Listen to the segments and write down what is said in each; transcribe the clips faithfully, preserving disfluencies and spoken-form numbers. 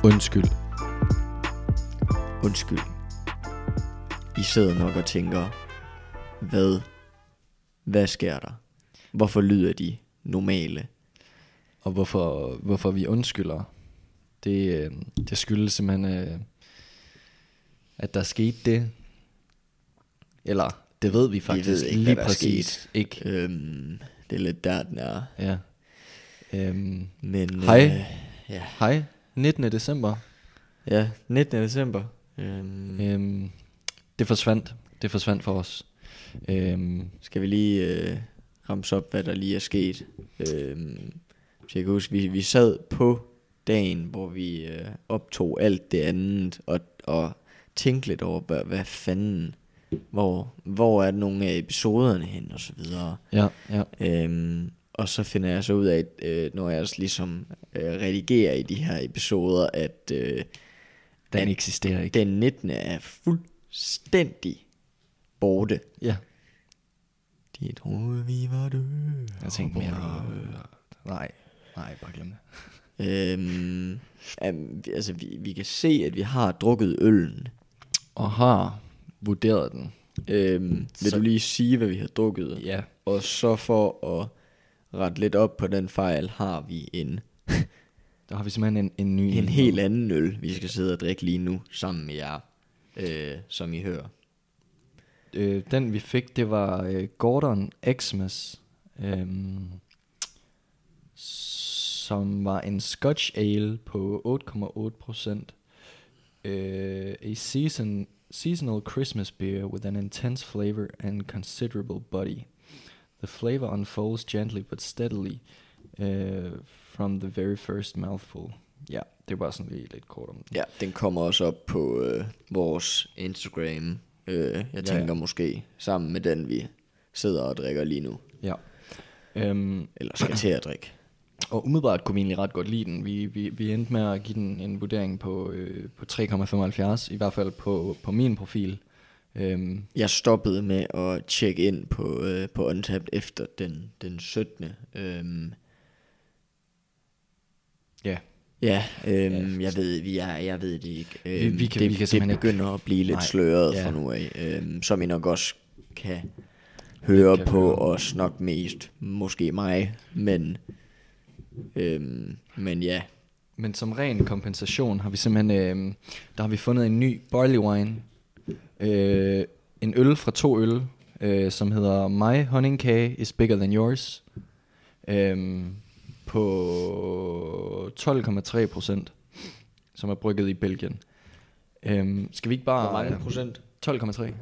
Undskyld. Undskyld. I sidder nok og tænker, hvad, hvad sker der? Hvorfor lyder de normale? Og hvorfor, hvorfor vi undskylder, det, øh, det skyldes simpelthen, øh, at der skete det. Eller, det ved vi faktisk vi ved ikke, lige hvad præcis ikke. Øhm, det er lidt der, den er. Ja. Øhm, Men, hej. Øh, ja. Hej, nittende december. Ja, nittende december. Øhm, Øhm, det forsvandt. Det forsvandt for os. Øhm, skal vi lige øh, ramse op, hvad der lige er sket? Øhm, så jeg kan huske, vi, vi sad på dagen, hvor vi øh, optog alt det andet, og, og tænkte lidt over, hvad, hvad fanden, hvor, hvor er nogle af episoderne hen, og så videre. ja, ja. Øhm, og så finder jeg så ud af, øh, når jeg ligesom øh, redigerer i de her episoder, at øh, Den at eksisterer ikke. den nittende er fuldstændig borte. Ja. De troede, vi var døde. Jeg tænkte mere, øh, nej, nej, bare glem det. Øhm, um, altså, vi, vi kan se, at vi har drukket øllen. Og har vurderet den. Øhm, vil Så- du lige sige, hvad vi har drukket? Ja. Og så for at rette lidt op på den fejl, har vi en, Der har vi simpelthen en, en ny. en helt anden øl, vi skal sidde og drikke lige nu, sammen med jer, øh, som I hører. Øh, den vi fik, det var øh, Gordon Xmas, øhm, som var en Scotch Ale på otte komma otte procent. Øh, a season, seasonal Christmas beer with an intense flavor and considerable body. The flavor unfolds gently but steadily uh, from the very first mouthful. Ja, det var sådan lige lidt kort om den. Ja, den kommer også op på øh, vores Instagram. Øh, jeg Ja, tænker ja. måske sammen med den, vi sidder og drikker lige nu. Ja. Øhm, Eller skal til at drikke. Og umiddelbart kunne vi egentlig ret godt lide den. Vi, vi, vi endte med at give den en vurdering på, øh, på tre komma femoghalvfjerds, i hvert fald på, på min profil. Øhm, Jeg stoppede med at tjekke ind på, øh, på Untappd efter den, den syttende. Øhm, ja, ja, øhm, jeg ved, vi er, jeg ved det ikke. Øhm, vi kan- det, vi kan det simpelthen ikke- begynder at blive lidt Nej, sløret ja. fra nu af, øhm, som I nok også kan høre kan på høre. os nok mest, måske mig, men, øhm, men ja. men som ren kompensation har vi simpelthen, øh, der har vi fundet en ny barley wine. Øh, en øl fra to øl, øh, som hedder My Honningkage is Bigger Than Yours. Øh, på tolv komma tre procent, som er brygget i Belgien. Øh, skal vi ikke bare... Hvor mange procent? tolv komma tre.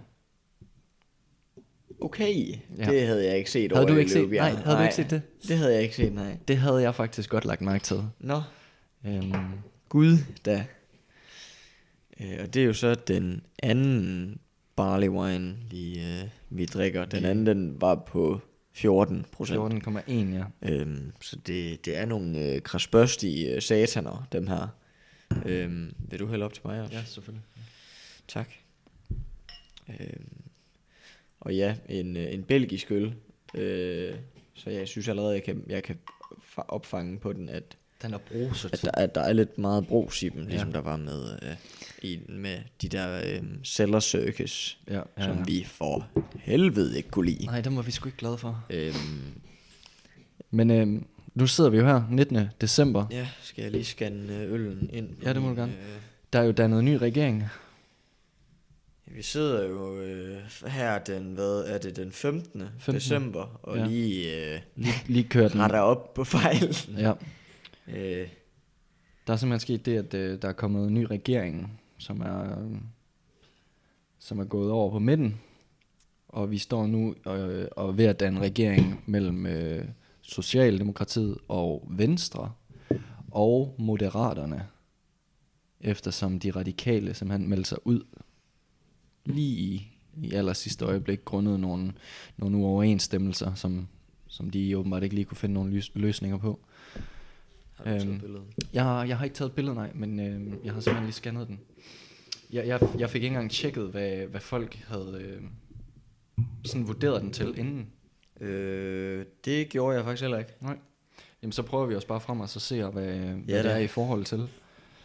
Okay, Ja. det havde jeg ikke set Havde over du i ikke set? Løvebjerg. Nej, havde du ikke set det? Det havde jeg ikke set, nej. Det havde jeg faktisk godt lagt mærke til. Nå, Øhm, Gud da. Øh, og det er jo så den anden barley wine, vi, øh, vi drikker. Den anden, den var på fjorten procent. fjorten komma en, ja. Øhm, så det, det er nogle øh, krasbørstige øh, sataner, dem her. Øhm, vil du hælde op til mig også? Ja, selvfølgelig. Tak. Øhm, og ja, en, øh, en belgisk øl. Øh, så jeg synes allerede, jeg kan, jeg kan fa- opfange på den, at, Den er bruset. at, der, at der er lidt meget brus i dem, ligesom Ja. der var med, øh, i, med de der øh, Cellar Circus, Ja, ja, som ja. vi for helvede ikke kunne lide. Nej, den var vi sgu ikke glade for. Øhm, Men øhm, nu sidder vi jo her, nittende december. ja, skal jeg lige scanne øh, øllen ind? Ja, det må du gerne. Øh, Der er jo dannet en ny regering. Vi sidder jo øh, her den, hvad er det, den femtende femtende december, og Ja. lige øh, Lige, lige kørt den. retter op på fejlen. Ja. Øh, Der er simpelthen sket det, at øh, der er kommet en ny regering, som er, øh, som er gået over på midten. Og vi står nu øh, og er ved at danne en regering mellem øh, Socialdemokratiet og Venstre og Moderaterne. Eftersom de radikale simpelthen meldte sig ud lige i, i aller sidste øjeblik, grundet nogle, nogle uoverensstemmelser, som, som de åbenbart ikke lige kunne finde nogle lys, løsninger på. har du taget Øhm, billedet? Jeg, har- jeg har ikke taget et billede, nej, men øh, jeg har simpelthen lige scannet den. Jeg, jeg, jeg fik ikke engang tjekket, hvad, hvad folk havde øh, sådan vurderet den til inden. Øh, det gjorde jeg faktisk heller ikke. Nej. Jamen så prøver vi os bare frem og så ser, hvad, hvad Ja, det da. er i forhold til.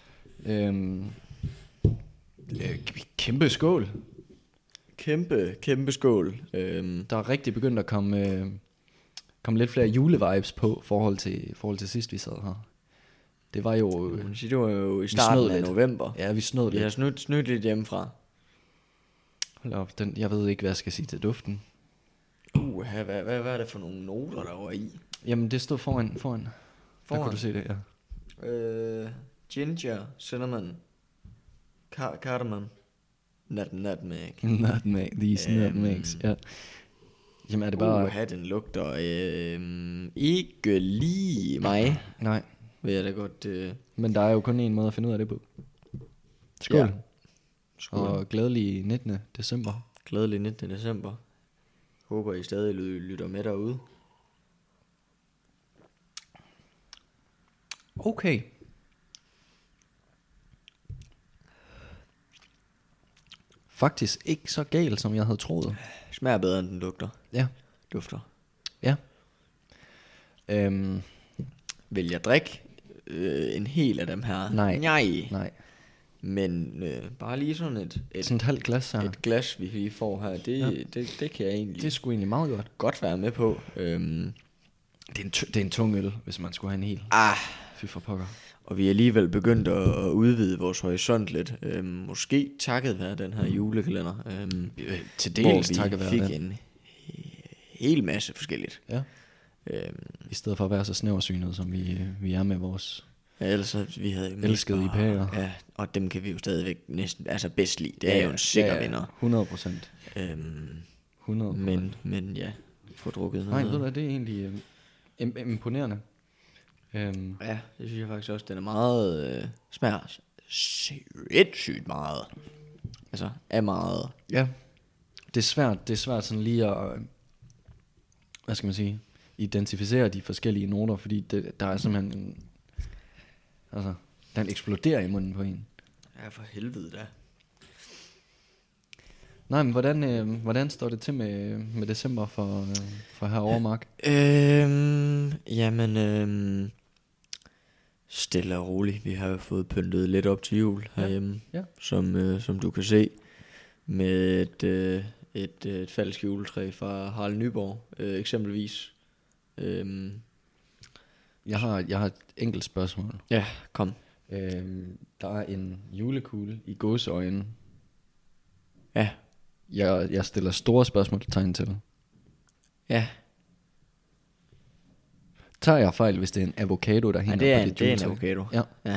Øhm, øh, kæmpe skål. Kæmpe, kæmpe skål. Øhm, Der er rigtig begyndt at komme, øh, komme lidt flere julevibes på forhold til, forhold til sidst vi sad her. Det var jo... Øh, man siger, det var jo i snød starten af lidt. november. ja, vi snød Vi har lidt. snydt, snydt lidt hjemmefra. Hold op, den, jeg ved ikke, hvad jeg skal sige til duften. Uh, hvad, hvad, hvad er det for nogle noter, der var i? Jamen, det stod foran. Foran. Der Foran? kunne du se det, ja. Øh, ginger, cinnamon, car- cardamom, nut, nutmeg. Nutmeg, these Øhm. nutmegs, ja. Jamen, er det bare... Uh, den lugter øh, ikke lige mig, Nej, vil jeg da godt... Øh. men der er jo kun en måde at finde ud af det på. Skål. Ja. Ja. Skål. Og glædelig nittende december. Glædelig nittende december. Håber, I stadig ly- lytter med derude. Okay. Faktisk ikke så galt, som jeg havde troet. Smager bedre, end den lugter. Ja. Dufter. Ja. Øhm, Vil jeg drikke øh, en hel af dem her? Nej. Nej. nej. Men øh, bare lige sådan et, et, Sådan et halvt glas her. et glas, vi lige får her, det, Ja. ja. det, det kan jeg egentlig Det er sgu egentlig meget godt. godt være med på. Øhm, Det er, en t- det er en tung øl, hvis man skulle have en hel. ah, Fy for pokker. og vi er alligevel begyndt at, at udvide vores horisont lidt. Øhm, måske takket være den her julekalender. Øhm, Øh, Til hvor dels vi takket være fik den. en hel masse forskelligt. Ja. Øhm, I stedet for at være så snæversynet, som vi, vi er med vores... ja, ellers så vi havde jo mest Elskede bare- I P A'er. Ja, og dem kan vi jo stadigvæk næsten altså bedst lide. Det er jo en sikker vinder. hundrede procent. Øhm, hundrede procent. men, men ja, få drukket Nej, noget. ved du, det er egentlig øh, im- imponerende. Øhm, Ja, det synes jeg faktisk også. Den er meget øh, smager sindssygt meget. Altså, er meget. ja. Det er svært, det er svært sådan lige at, øh, hvad skal man sige, identificere de forskellige noter, fordi det, der er simpelthen en, altså, den eksploderer i munden på en. Ja, for helvede da. Nej, men hvordan, øh, hvordan står det til med, med december for, øh, for her over Mark? Øhm, jamen, øhm, stille og roligt. Vi har jo fået pyntet lidt op til jul herhjemme, ja. Som, øh, som du kan se. Med et, øh, et, øh, et falsk juletræ fra Harald Nyborg, øh, eksempelvis. Øhm, Jeg har, jeg har et enkelt spørgsmål. ja, kom. Øhm, der er en julekugle i gåseøjne. Ja, Jeg, jeg stiller store spørgsmålstegn til. ja. Tager jeg fejl, hvis det er en avocado, der Ja, hænger det er, på en, dit det er en juletræ? avocado. Ja. Ja.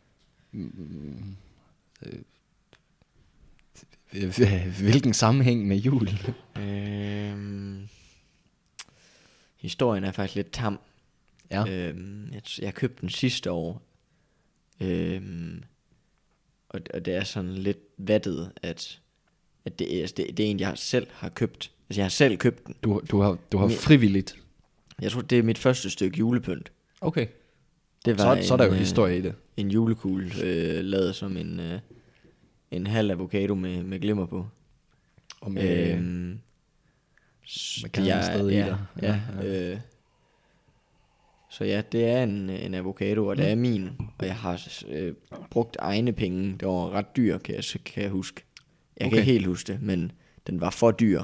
Hvilken sammenhæng med jul? Øhm, historien er faktisk lidt tam. Ja. Øhm, jeg, jeg købte den sidste år. Øhm, og, og det er sådan lidt vattet, at, at det, altså det, det er en, jeg selv har købt. Altså jeg har selv købt den. Du, du har, du har Mi- frivilligt. Jeg tror, det er mit første stykke julepynt. Okay. Det Så, en, så er der jo øh, historie i det. En julekugle, øh, lavet som en, øh, en halv avocado med, med glimmer på. Og med, Øhm, med kernen stadig i ja, dig. ja, Ja, ja. Øh, så ja, det er en, en avocado, og det er min. Og jeg har øh, brugt egne penge. Det var ret dyr, kan jeg, kan jeg huske. Jeg okay. kan Okay. ikke helt huske det, men den var for dyr.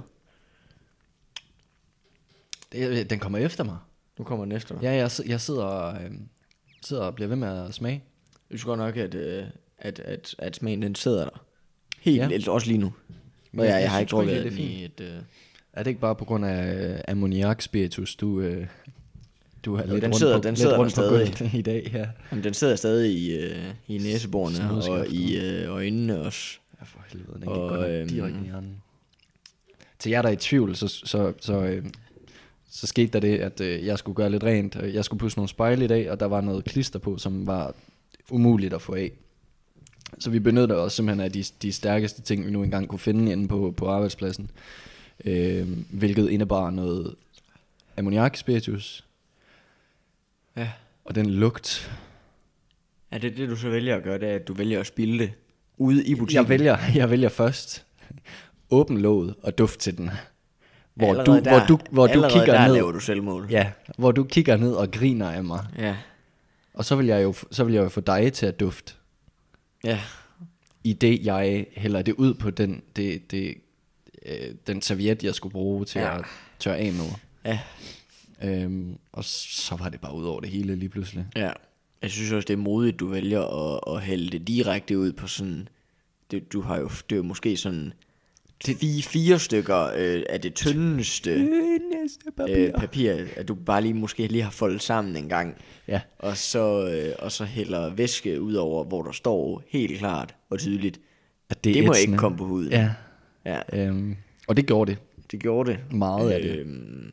det, den kommer efter mig. Nu kommer næste. Ja, jeg, sid- jeg sidder, øh, sidder og bliver ved med at smage. Jeg synes godt nok, at, øh, at, at, at smagen den sidder der. Helt, Ja. ja. Også lige nu. Men Og jeg, jeg jeg har synes ikke sgu egentlig, drukket det er den i et... Øh, Er det ikke bare på grund af øh, ammoniak-spiritus, du, øh, du har Jo, lidt den rundt sidder- på, den lidt sidder rundt der på stadig. gulvet i dag? Ja. Jamen, den sidder stadig i, øh, i næseborene og Snudskaftet. i øh, øjnene også. Ja, for helvede, den gik Og, godt nok øhm, direkte i hjernen. Til jer, der er i tvivl, så, så, så, øh, så skete der det, at øh, jeg skulle gøre lidt rent. Jeg skulle pusse nogle spejle i dag, og der var noget klister på, som var umuligt at få af. Så vi benyttede os simpelthen af de, de stærkeste ting, vi nu engang kunne finde inde på, på arbejdspladsen. Øh, hvilket indebar noget ammoniak-spiritus. Ja. Og den lugt. Ja, det, det du så vælger at gøre, det er, at du vælger at spilde det ude i butikken. Jeg vælger, jeg vælger først åbn låget og duft til den. Hvor Allerede du, der, hvor du, hvor du allerede kigger der ned. laver du selvmål. Ja, hvor du kigger ned og griner af mig. Ja. Og så vil jeg jo, så vil jeg jo få dig til at dufte. Ja. I det, jeg hælder det ud på den, det, det, øh, den serviet, jeg skulle bruge til Ja. at tørre af med. Ja. Øhm, og så var det bare ud over det hele lige pludselig. Ja. Jeg synes også, det er modigt, du vælger at, at hælde det direkte ud på sådan... Det, du har jo, det er jo måske sådan... Det, fire, fire stykker øh, af det tyndeste øh, papir, at du bare lige måske lige har foldet sammen en gang. Ja. Og så, øh, og så hælder væske ud over, hvor der står helt klart og tydeligt, At det, det må ætsende. ikke komme på huden. Ja. Ja. Øhm, og det gjorde det. Det gjorde det. Meget af det. Øhm,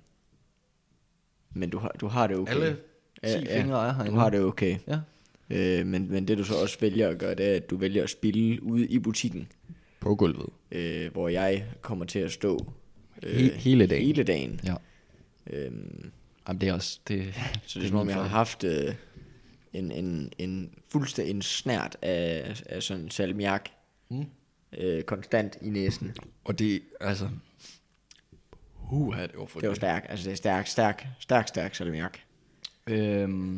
men du har, du har det okay. Alle ti fingre er herinde. Du har det okay. Ja. Øh, men, men det du så også vælger at gøre, det er, at du vælger at spille ude i butikken. På gulvet. Øh, hvor jeg kommer til at stå øh, He- hele dagen. Hele dagen. Ja. Øhm, Jamen, det er også... Det, så det er som om, jeg har haft øh, en, en, en fuldstændig en snært af, af sådan salmiak Mm. øh, konstant i næsen. Og det, altså... Huha, det var for Det var stærk, altså det er stærk, stærk, stærk, stærk salmiak. Øhm,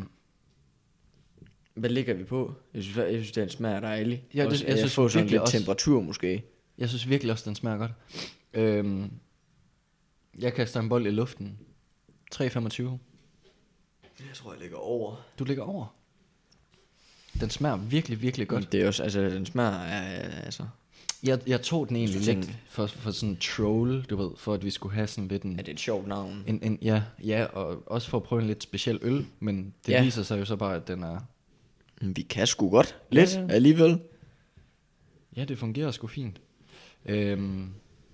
Hvad ligger vi på? Jeg synes, jeg synes den smager dejlig. Ja, det- Også, jeg jeg, synes får sådan virkelig lidt også- temperatur måske. jeg synes virkelig også, den smager godt. Øhm, jeg kaster en bold i luften. tre femogtyve. Jeg tror, jeg ligger over. Du ligger over. Den smager virkelig, virkelig godt. Det er også, altså den smager af, altså... Jeg, jeg tog den egentlig Jeg synes, lidt for, for sådan en troll, du ved, for at vi skulle have sådan lidt en... Er det et sjovt navn? en, en ja, ja, og også for at prøve en lidt speciel øl, men det Ja. viser sig jo så bare, at den er... Vi kan sgu godt. Lidt Ja, ja. alligevel. Ja, det fungerer sgu fint. Øhm,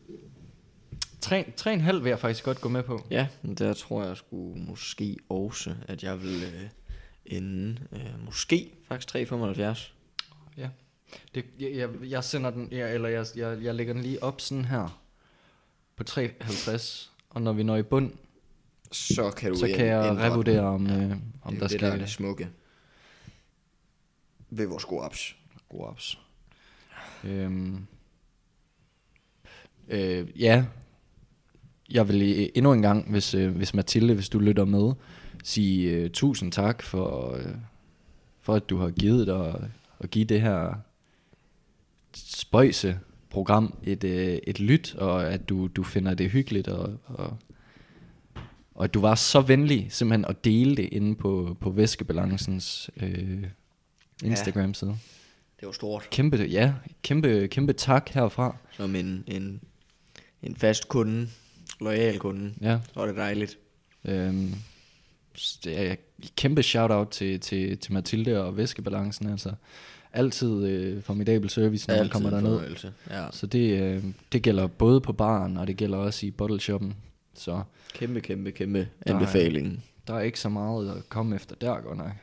tre, tre og en halv vil jeg faktisk godt gå med på. Ja, men der tror jeg sgu måske også, at jeg vil øh, ende... Øh, måske faktisk tre komma femoghalvfjerds. Ja. Det, jeg, jeg, jeg sender den, jeg, eller jeg, jeg, jeg lægger den lige op sådan her, på tre komma halvtreds, og når vi når i bund, Så kan du så kan jeg ændre den. revurdere, om, Ja, øh, om det der er det, skal... der er det smukke ved vores gode apps. God apps. Øhm, øh, ja, jeg vil i- endnu en gang, hvis, øh, hvis Mathilde, hvis du lytter med, sige øh, tusind tak for, øh, for at du har givet dig at give det her spøjse program et, øh, et lyt, og at du, du finder det hyggeligt, og, og, og at du var så venlig simpelthen at dele det inde på, på Væskebalancens øh, Instagram-side. Det var stort. Kæmpe, ja, kæmpe, kæmpe tak herfra. Som en, en, en fast kunde, loyal kunde, Ja, så var det dejligt. øhm, s- det er kæmpe shout-out til, til, til Mathilde og Væskebalancen, altså. Altid øh, formidabel service, når man Altid kommer en derned. fornøjelse. Ja. Så det, øh, det gælder både på baren, og det gælder også i bottle shoppen. Så Kæmpe, kæmpe, kæmpe Der er- anbefaling. der er ikke så meget at komme efter der, godt nok.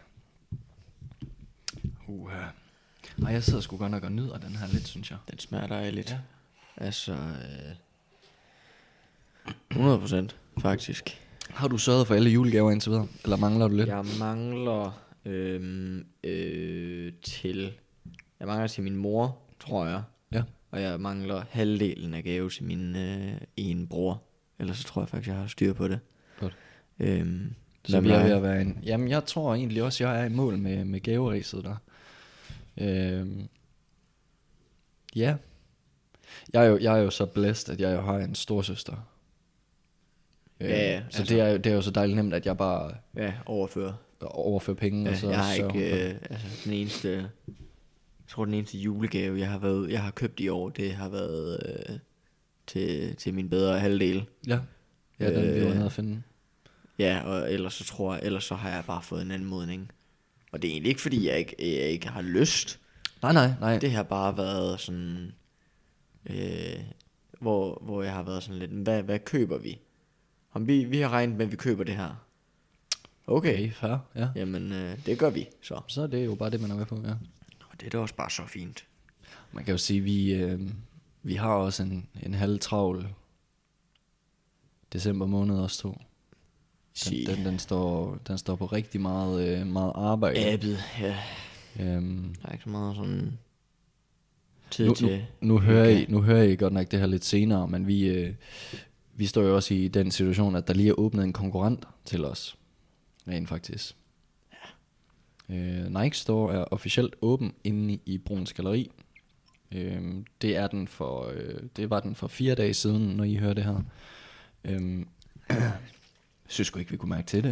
Uh, Ej, jeg sidder sgu godt nok og nyder den her lidt, synes jeg. Den smager dejligt. Ja. Altså, øh, hundrede procent faktisk. Har du sørget for alle julegaver indtil videre? Eller mangler du lidt? Jeg mangler øhm, øh, til, jeg mangler til min mor, tror jeg. Ja. Og jeg mangler halvdelen af gave til min øh, ene bror. Ellers så tror jeg faktisk, jeg har styr på det. Godt. Øhm, Så hvad vi med er ved dig? at være en... Jamen, jeg tror egentlig også, jeg er i mål med, med gaveræset der. Øhm, ja. Jeg er, jo, jeg er jo så blessed, at jeg jo har en storsøster. Øhm, Ja, ja, så altså. det, er, jo- det er jo så dejligt nemt, at jeg bare Ja, overføre. overfører penge. Ja, og så jeg har sørger hun for ikke, det. øh, altså den eneste, jeg tror den eneste julegave, jeg har været, jeg har købt i år, det har været øh, til, til min bedre halvdel. Ja, ja den vi var øh, nede at finde. Ja, og ellers så tror jeg, ellers så har jeg bare fået en anmodning. Og det er egentlig ikke, fordi jeg ikke, jeg ikke har lyst. Nej, nej, nej. Det har bare været sådan, øh, hvor, hvor jeg har været sådan lidt, hvad, hvad køber vi? Om vi, vi har regnet med, at vi køber det her. Okay, Okay, fair, ja. jamen øh, det gør vi så. Så er det jo bare det, man er med på, ja. Og det er da også bare så fint. Man kan jo sige, vi, øh, vi har også en, en halv travl december måned også to. Den, Sig. den, den, står, den står på rigtig meget, øh, meget arbejde. Appet, ja. Øhm, Der er ikke så meget sådan tid nu, nu, til. nu, hører I, nu hører I godt nok det her lidt senere, men vi, øh, vi står jo også i den situation, at der lige er åbnet en konkurrent til os. Rent faktisk. Øh, Nike Store er officielt åben inde i Bruns Galleri. Øh, det er den for, øh, det var den for fire dage siden, når I hører det her. Øh, synes du ikke, vi kunne mærke til det?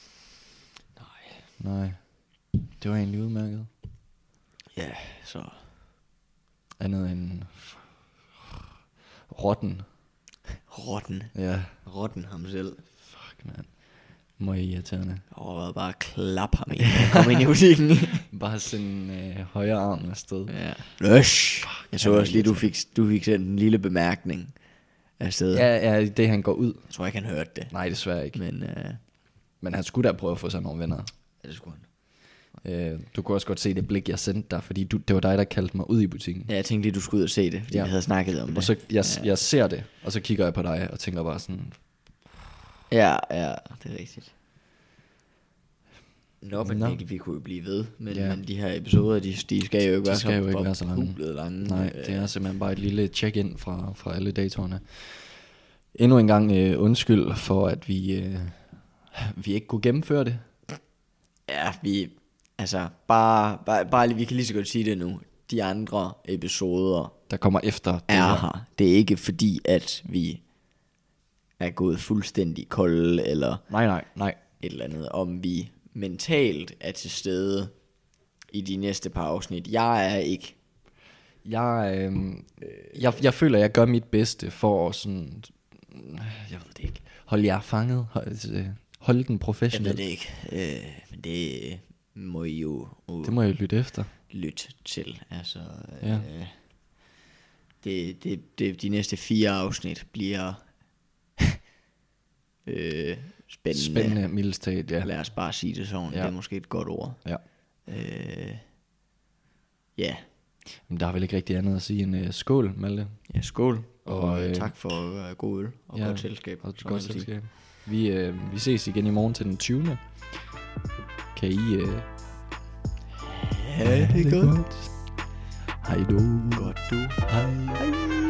Nej. Nej. Det var egentlig udmærket. Ja, så... Andet end rotten. Rotten. Ja. Rotten ham selv. Fuck, man. Må I irriterende. Og bare klap ham ind. Kom ind i butikken. Bare sende øh, højre arm afsted. Ja. Løsh. Jeg så også lige, du fik, du fik sendt en lille bemærkning afsted. Ja, ja, det han går ud. Jeg tror ikke, han hørte det. Nej, desværre ikke. Men uh, Men han skulle da prøve at få sig nogle venner. ja, det skulle han. Øh, du kunne også godt se det blik, jeg sendte dig, fordi du, det var dig, der kaldte mig ud i butikken. Ja, jeg tænkte lige, du skulle ud og se det, fordi Ja. vi havde snakket om Og det. så jeg, Ja. jeg ser det, og så kigger jeg på dig og tænker bare sådan, Ja, ja, det er rigtigt. Nå, men Nå. Mikkel, vi kunne jo blive ved. Men, Ja. men de her episoder, de, de skal jo ikke De være skal så jo ikke være så lange. forpublet lange. nej, det er simpelthen bare et lille check-in fra, fra alle datorerne. Endnu en gang øh, undskyld for, at vi, øh, vi ikke kunne gennemføre det. Ja, vi... Altså, bare, bare, bare lige, vi kan lige så godt sige det nu. De andre episoder Der kommer efter det er her. her. Det er ikke fordi, at vi er gået fuldstændig kolde, eller Nej, nej, nej. et eller andet. Om vi mentalt er til stede i de næste par afsnit. Jeg er ikke. Jeg, øh, jeg, jeg føler, jeg gør mit bedste for at sådan, jeg ved det ikke, holde jer fanget, hold, øh, holde den Jeg ved professionelt. det ikke. Øh, men det må I jo uh, Det må jeg lytte efter. lytte til. Altså, Ja. øh, det, det, det, de næste fire afsnit bliver øh, spændende. Spændende, mildest talt, ja. Lad os bare sige det sådan. Ja. Det er måske et godt ord. Ja. Øh, ja. Men der er vel ikke rigtig andet at sige end uh, skål, Malte. Ja, skål. Og, Og, og øh, øh, tak for uh, god øl og ja, godt selskab. Og et som godt altid. selskab. Vi, øh, vi ses igen i morgen til den tyvende Kan I... Øh, Ha' det godt. Hej du. Godt du. Hej. Hej.